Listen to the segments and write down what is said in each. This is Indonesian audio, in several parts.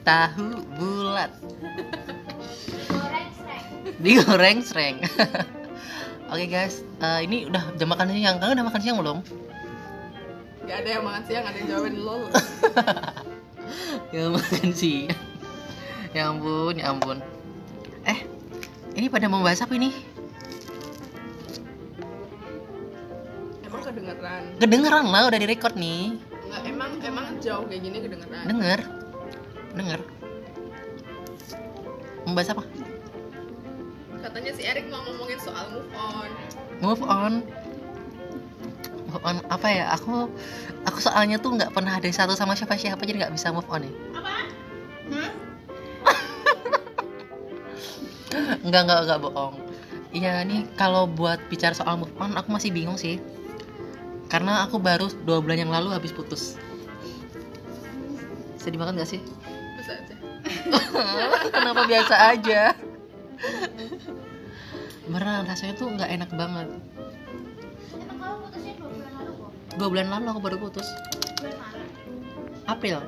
tahu bulat. Goreng srek. Digoreng sreng. Oke guys, ini udah jam makan siang. Kalian udah makan siang belum? Gak ada yang makan siang, ada yang jawabin lol. Ya makan siang. Ya ampun, ya ampun. Ini pada mau bahas apa ini? Emang kedengeran? Kedengeran lah, udah direkord nih. Enggak, emang jauh kayak gini kedengeran. Denger. Mau bahas apa? Katanya si Erik mau ngomongin soal move on. Move on apa ya? Aku soalnya tuh nggak pernah ada satu sama siapa jadi nggak bisa move on ya. Enggak bohong. Iya nih, kalau buat bicara soal move on aku masih bingung sih. Karena aku baru 2 bulan yang lalu habis putus. Sedih banget gak sih? Bisa aja. Kenapa biasa aja? Beneran rasanya tuh nggak enak banget. Emang kamu putusnya 2 bulan lalu kok? 2 bulan lalu aku baru putus. Bulan Maret. April.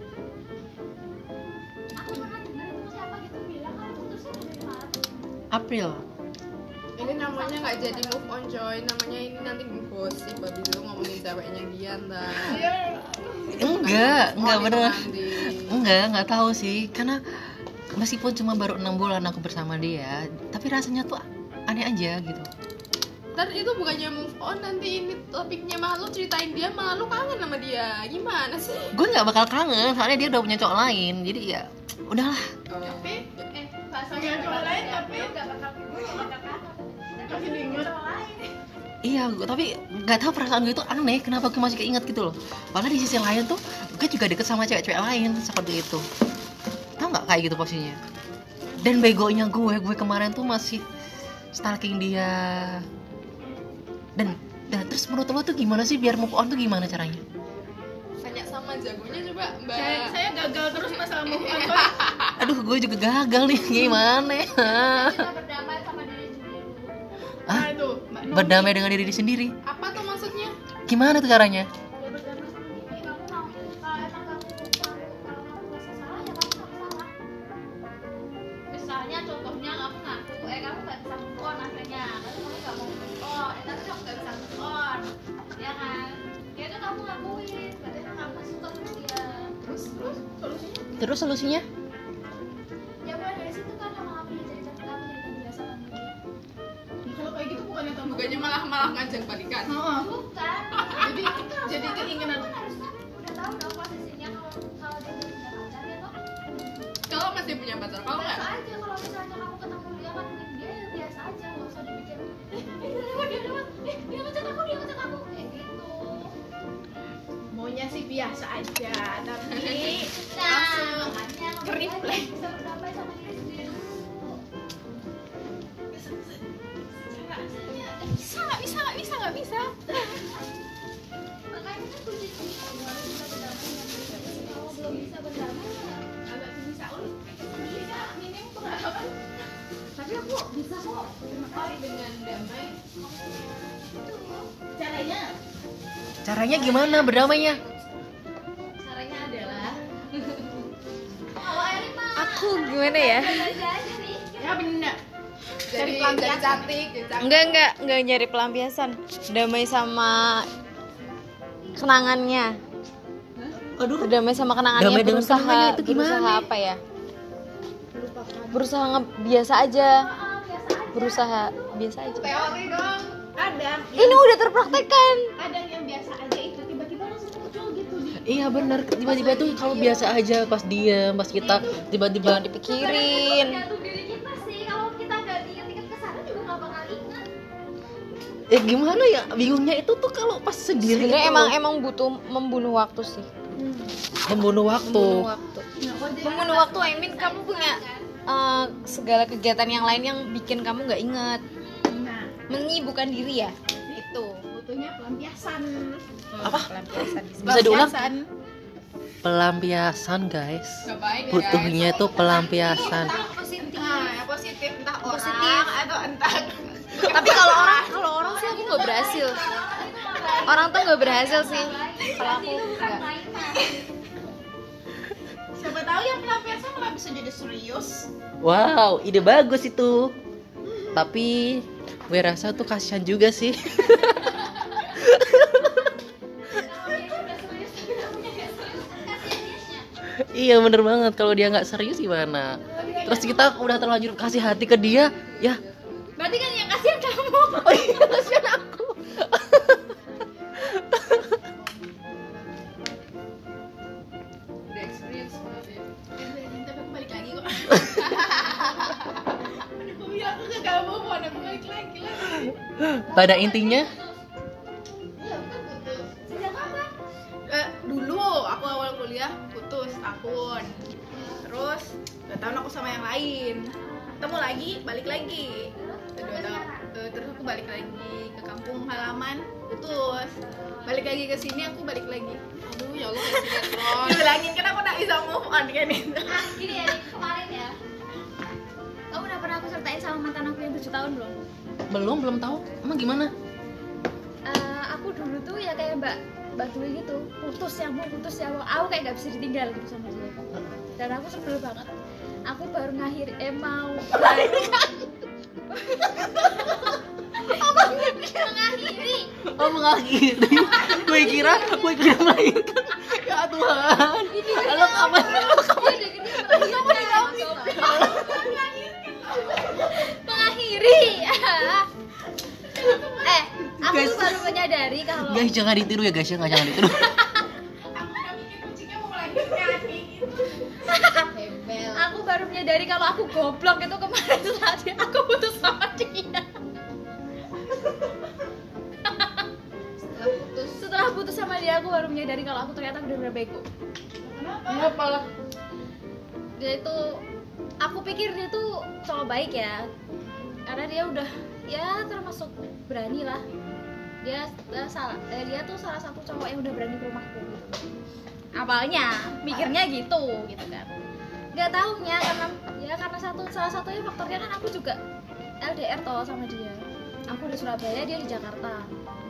Aku pernah dengar itu siapa gitu bilang kamu putusnya dari Maret. April. Ini namanya nggak jadi move on coy, namanya ini nanti gosip habis itu ngomongin ceweknya dia ntar. Enggak beneran. Nanti. Enggak tahu sih. Karena meskipun cuma baru 6 bulan aku bersama dia, tapi rasanya tuh aneh aja gitu. Ntar itu bukannya move on, nanti ini topiknya malah lu ceritain dia malah lu kangen sama dia. Gimana sih? Gue nggak bakal kangen, soalnya dia udah punya cowok lain. Jadi ya udahlah. Tapi Bahasanya cowok lain tapi enggak bakal masih diingat cowok lain. Iya, tapi nggak tahu perasaan gue itu aneh. Kenapa gue masih keinget gitu loh? Padahal di sisi lain tuh gue juga deket sama cewek-cewek lain seperti itu. Tahu nggak kayak gitu posisinya? Dan begonya gue kemarin tuh masih stalking dia. Dan terus menurut lo tuh gimana sih biar move on tuh gimana caranya? tanya sama jagonya coba Mbak. Saya gagal terus masalah move on. Aduh, gue juga gagal nih. Gimana ya? Kita berdamai sama diri sendiri dulu. Hah? Aduh, Mbak Novi. Berdamai dengan diri sendiri. Apa tuh maksudnya? Gimana tuh caranya? Ya berdamai sama diri. Kamu mau kalau emang kamu merasa salah ya kamu ngaku salah. Misalnya contohnya kamu ngaku kamu nggak bisa move on akhirnya tapi kamu nggak mau move on tapi kamu nggak bisa move on ya kan ya itu kamu ngakuin berarti emang kamu masih suka sama dia Terus solusinya? Terus solusinya? ya mulai dari situ kan kamu ngakuin jadi kamu jadi biasa sama dia Kalau kayak gitu bukannya kamu Bukannya malah ngajak balikan. Heeh. bukan Jadi keinginan kamu kan harusnya udah tahu dong posisinya kalau dia udah punya pacar ya toh Kalau masih punya pacar, kalau biasa nggak? aja kalau misalnya kamu ketemu dia kan dia ya biasa aja nggak usah dipikir dia lewat dia ngechat aku kayak gitu maunya sih biasa aja, tapi nah makanya kamu Keriplet. bisa berdamai sama diri sendiri dulu nggak bisa. makanya kan kunci harus bisa berdamai dengan diri sendiri kalau belum bisa berdamai ya Agak bisa ulit. bisa minim pengalaman Tapi aku bisa kok. Terima kasih dengan damai. Caranya Caranya gimana berdamainya? caranya adalah kalau Erin mah Aku gimana ya? aja nih ya benar. Jadi cantik, Enggak nyari pelampiasan. Damai sama kenangannya. Aduh, Berdamai sama kenangannya, Damai dengan kenangannya itu gimana? berusaha apa ya? Berusaha biasa aja. biasa aja Berusaha biasa aja. teori dong. Ada. Ini udah terpraktekkan. Ada yang biasa aja itu tiba-tiba langsung muncul gitu di. iya bener. Tiba-tiba tuh kalau biasa aja pas diem, pas kita tiba-tiba Pikirin. tergantung diri kita sih kalau kita nggak diinget-inget kesana juga nggak bakal ingat gimana ya? Bingungnya itu tuh kalau pas sendiri Sebenarnya itu emang butuh membunuh waktu sih. membunuh waktu. Membunuh waktu. I mean kamu punya segala kegiatan yang lain yang bikin kamu nggak inget. Nah, Menyibukkan diri ya. itu butuhnya pelampiasan. Apa? Pelampiasan. Bisa diulang? Pelampiasan. Pelampiasan guys. Gak baik ya, Butuhnya itu pelampiasan. positif yang positif entah Positif. atau entah. Tapi kalau orang sih aku nggak berhasil. Orang tuh nggak berhasil sih. Kalau aku nggak. Siapa tahu yang pelampiasan malah bisa jadi serius. Wow, ide bagus itu. Tapi gue rasa tuh kasihan juga sih. Iya bener banget, kalau dia nggak serius gimana? Terus kita udah terlanjur kasih hati ke dia, ya. Berarti kan yang kasihan kamu. Oh iya, kasihan aku. Udah experience banget ya. Tapi aku balik lagi kok. Aku bilang aku ke kamu, mau aku balik lagi lah. Pada intinya, Iya, betul putus. Sejak kapan? Dulu aku awal kuliah putus tahun. Terus 2 tahun aku sama yang lain. Ketemu lagi, balik lagi. Terus aku balik lagi ke kampung halaman, putus. Balik lagi ke sini, aku balik lagi. Aduh ya Allah, sinetron. Dibilangin kan aku gak bisa move on kan itu. Ah, gini ya, Rik, kemarin ya. Kamu udah pernah aku ceritain sama mantan aku yang 7 tahun belum? belum tahu. Emang gimana? Aku dulu tuh ya kayak Mbak Dwi gitu, putus ya mau, aku kayak gak bisa ditinggal gitu sama dia. Dan aku sebel banget. Aku baru ngakhir mau mengakhiri. Oh mengakhiri. Gue kira melahirkan. Ya Tuhan. Halo kapan? Mengakhiri. Aku Guys. tuh baru menyadari kalau Guys jangan ditiru ya guys, jangan ditiru. Aku udah mikir kucingnya mau melahirkan kayak gitu. aku baru menyadari kalau aku goblok itu kemarin saat aku putus sama dia. Setelah putus sama dia aku baru menyadari kalau aku ternyata benar-benar bego. Kenapa lah? Dia itu, aku pikir dia tuh cowok baik ya, karena dia udah ya termasuk berani lah. Dia tuh salah satu cowok yang udah berani ke rumahku gitu. Awalnya mikirnya gitu kan. Nggak taunya karena salah satunya faktornya kan aku juga LDR toh sama dia. Aku di Surabaya, dia di Jakarta.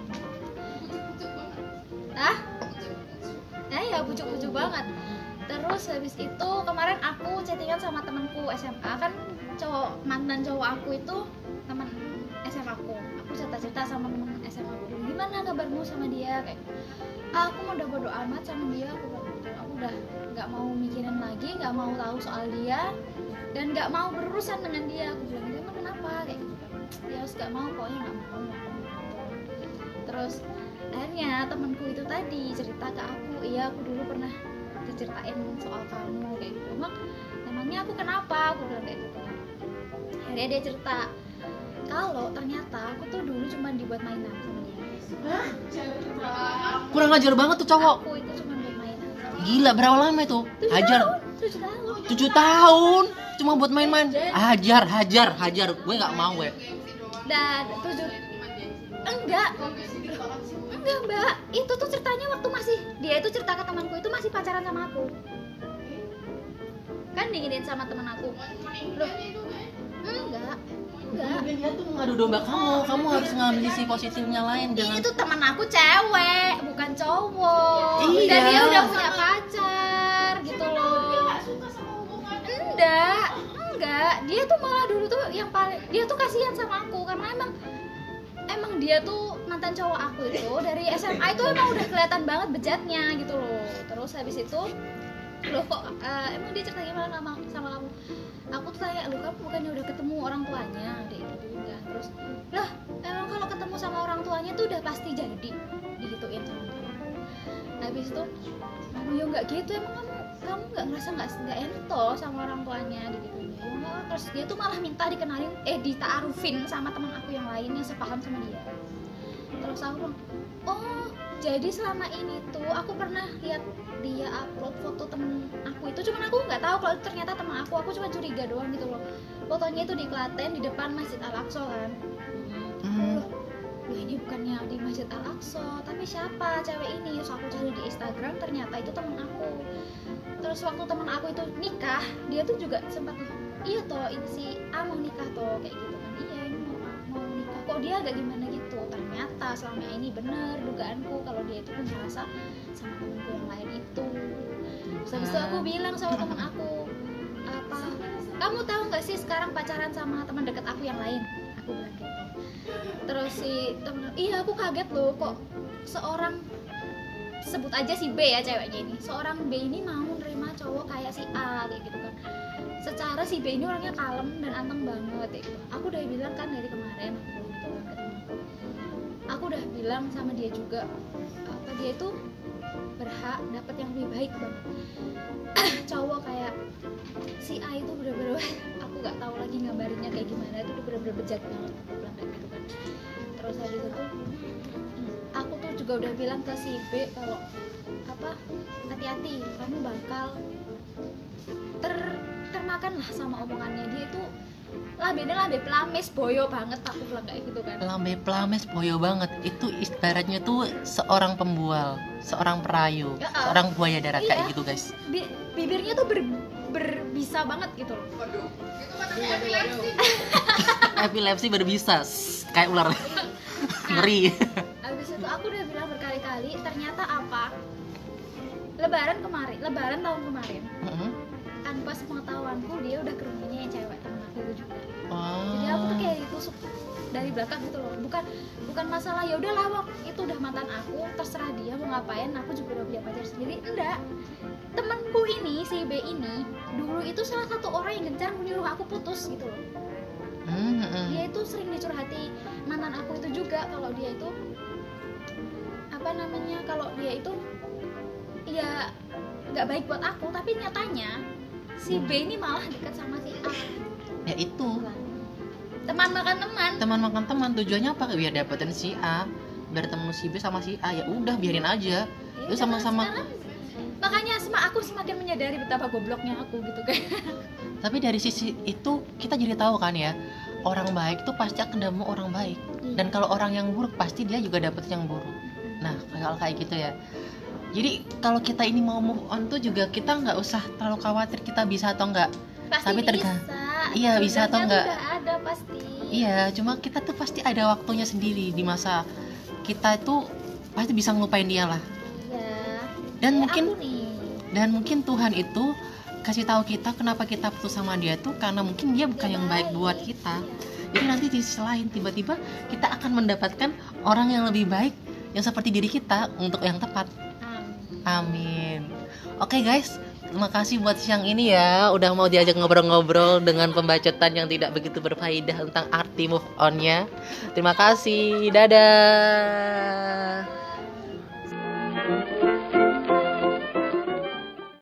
Ya bujuk-bujuk banget. Terus habis itu kemarin aku chattingan sama temanku SMA, kan mantan cowok aku itu teman SMA aku. Aku cerita sama teman SMA aku, gimana kabarmu sama dia, kayak aku udah bodo amat sama dia, aku bilang gitu. Aku udah nggak mau mikirin lagi, nggak mau tahu soal dia, dan nggak mau berurusan dengan dia. Aku bilang gitu, emang kenapa kayak gitu. Ya harus nggak mau, pokoknya nggak mau. Terus akhirnya temanku itu tadi cerita ke aku, iya aku dulu pernah diceritain soal kamu kayak gitu. Emangnya aku kenapa, aku bilang kayak gitu. Akhirnya dia cerita kalau ternyata aku tuh dulu cuma dibuat mainan sama dia. Kurang ajar banget tuh cowok. Aku itu cuma buat mainan. Gila, berapa lama itu? 7 Hajar. tahun, 7 tahun. 7 tahun cuma buat main-main. Hajar. Gue nggak mau gue. Dan 7 enggak mbak, itu tuh ceritanya waktu dia itu cerita ke temanku itu masih pacaran sama aku, kan diginiin sama teman aku. Loh, enggak Dia tuh ngadu domba kamu harus ngambil sisi positifnya lain. ini tuh teman aku cewek bukan cowok. Iya. Dan dia udah punya pacar gitu loh. Enggak, dia tuh malah dulu tuh yang paling, dia tuh kasihan sama aku karena emang dia tuh mantan cowok aku itu dari SMA itu emang udah kelihatan banget bejatnya gitu loh. Terus habis itu, loh kok emang dia cerita gimana sama kamu? Aku tuh tanya, lu kamu bukannya udah ketemu orang tuanya? Dia gitu enggak. Terus, lah emang kalau ketemu sama orang tuanya tuh udah pasti jadi, digituin sama temen. Habis itu, ya nggak gitu, emang kamu nggak ngerasa nggak ento sama orang tuanya, digituin. Terus dia tuh malah minta dikenalin, ditaarufin sama teman aku yang lain yang sepaham sama dia. Terus aku bilang, oh jadi selama ini tuh aku pernah lihat dia upload foto temen aku itu, cuman aku nggak tahu kalau ternyata teman aku cuma curiga doang gitu loh. Fotonya itu di Klaten di depan Masjid Al-Aqsa kan. Loh ini bukannya di Masjid Al-Aqsa, tapi siapa cewek ini? Terus aku cari di Instagram, ternyata itu temen aku. Terus waktu temen aku itu nikah, dia tuh juga sempat, iya toh ini si A mau nikah toh, kayak gitu kan. Iya ini mau nikah, kok dia agak gimana gitu. ternyata selama ini bener dugaanku kalau dia itu punya rasa sama temanku yang lain itu. Terus habis itu aku bilang sama teman aku, apa, kamu tahu nggak sih sekarang pacaran sama teman dekat aku yang lain? Aku bilang gitu. Terus si temen, iya aku kaget loh kok seorang, sebut aja si B ya ceweknya ini, seorang B ini mau nerima cowok kayak si A kayak gitu kan. Secara si B ini orangnya kalem dan anteng banget kayak gitu. Aku udah bilang kan dari kemarin aku belum gitu kan ketemu aku udah bilang sama dia juga apa dia itu berhak dapat yang lebih baik banget. Cowok kayak si A itu bener-bener aku nggak tahu lagi ngabarinnya kayak gimana, itu bener-bener bejat banget aku bilang kayak gitu kan. Terus habis itu aku tuh juga udah bilang ke si B kalau apa, hati-hati kamu bakal termakan lah sama omongannya dia itu. Lambe pelamis boyo banget aku bilang kayak gitu kan. Lambe pelamis boyo banget itu ibaratnya tuh seorang pembual, seorang perayu, Ya, seorang buaya darat iya. kayak gitu guys. Bibirnya tuh berbisa banget gitu loh. Epilepsi berbisa kayak ular. Ngeri. Habis itu aku udah bilang berkali-kali, ternyata apa, lebaran tahun kemarin tanpa sepengetahuanku dia udah ke rumahnya yang cewek temen aku itu juga. Jadi aku tuh kayak ditusuk dari belakang gitu loh, bukan masalah ya udahlah itu udah mantan aku, terserah dia mau ngapain, aku juga udah punya pacar sendiri. Enggak, temenku ini si B ini dulu itu salah satu orang yang gencar menyuruh aku putus gitu loh. Dia itu sering dicurhati mantan aku itu juga kalau dia itu apa namanya, kalau dia itu ya nggak baik buat aku, tapi nyatanya si B ini malah dekat sama si A. Ya itu Teman makan teman. tujuannya apa? Biar dapetin si A, biar ketemu si B sama si A. Ya udah biarin aja. Itu sama-sama. Sekarang, makanya aku semakin menyadari betapa gobloknya aku gitu kan. Tapi dari sisi itu kita jadi tahu kan ya, orang baik tuh pasti akan ketemu orang baik. Dan kalau orang yang buruk pasti dia juga dapet yang buruk. Nah kalau kayak gitu ya. Jadi kalau kita ini mau move on tuh juga kita nggak usah terlalu khawatir kita bisa atau enggak. Pasti Tapi bisa. Iya bisa atau Jodohnya enggak. tuh udah ada pasti. Iya, cuma kita tuh pasti ada waktunya sendiri di masa kita itu pasti bisa ngelupain dia lah. Iya. Dan Kayak mungkin aku nih. dan mungkin Tuhan itu kasih tahu kita kenapa kita putus sama dia tuh karena mungkin dia bukan yang baik buat kita. Jadi nanti di sisi lain tiba-tiba kita akan mendapatkan orang yang lebih baik yang seperti diri kita untuk yang tepat. Amin. Oke guys, terima kasih buat siang ini ya udah mau diajak ngobrol-ngobrol dengan pembacotan yang tidak begitu berfaedah tentang arti move on-nya. Terima kasih. Dadah.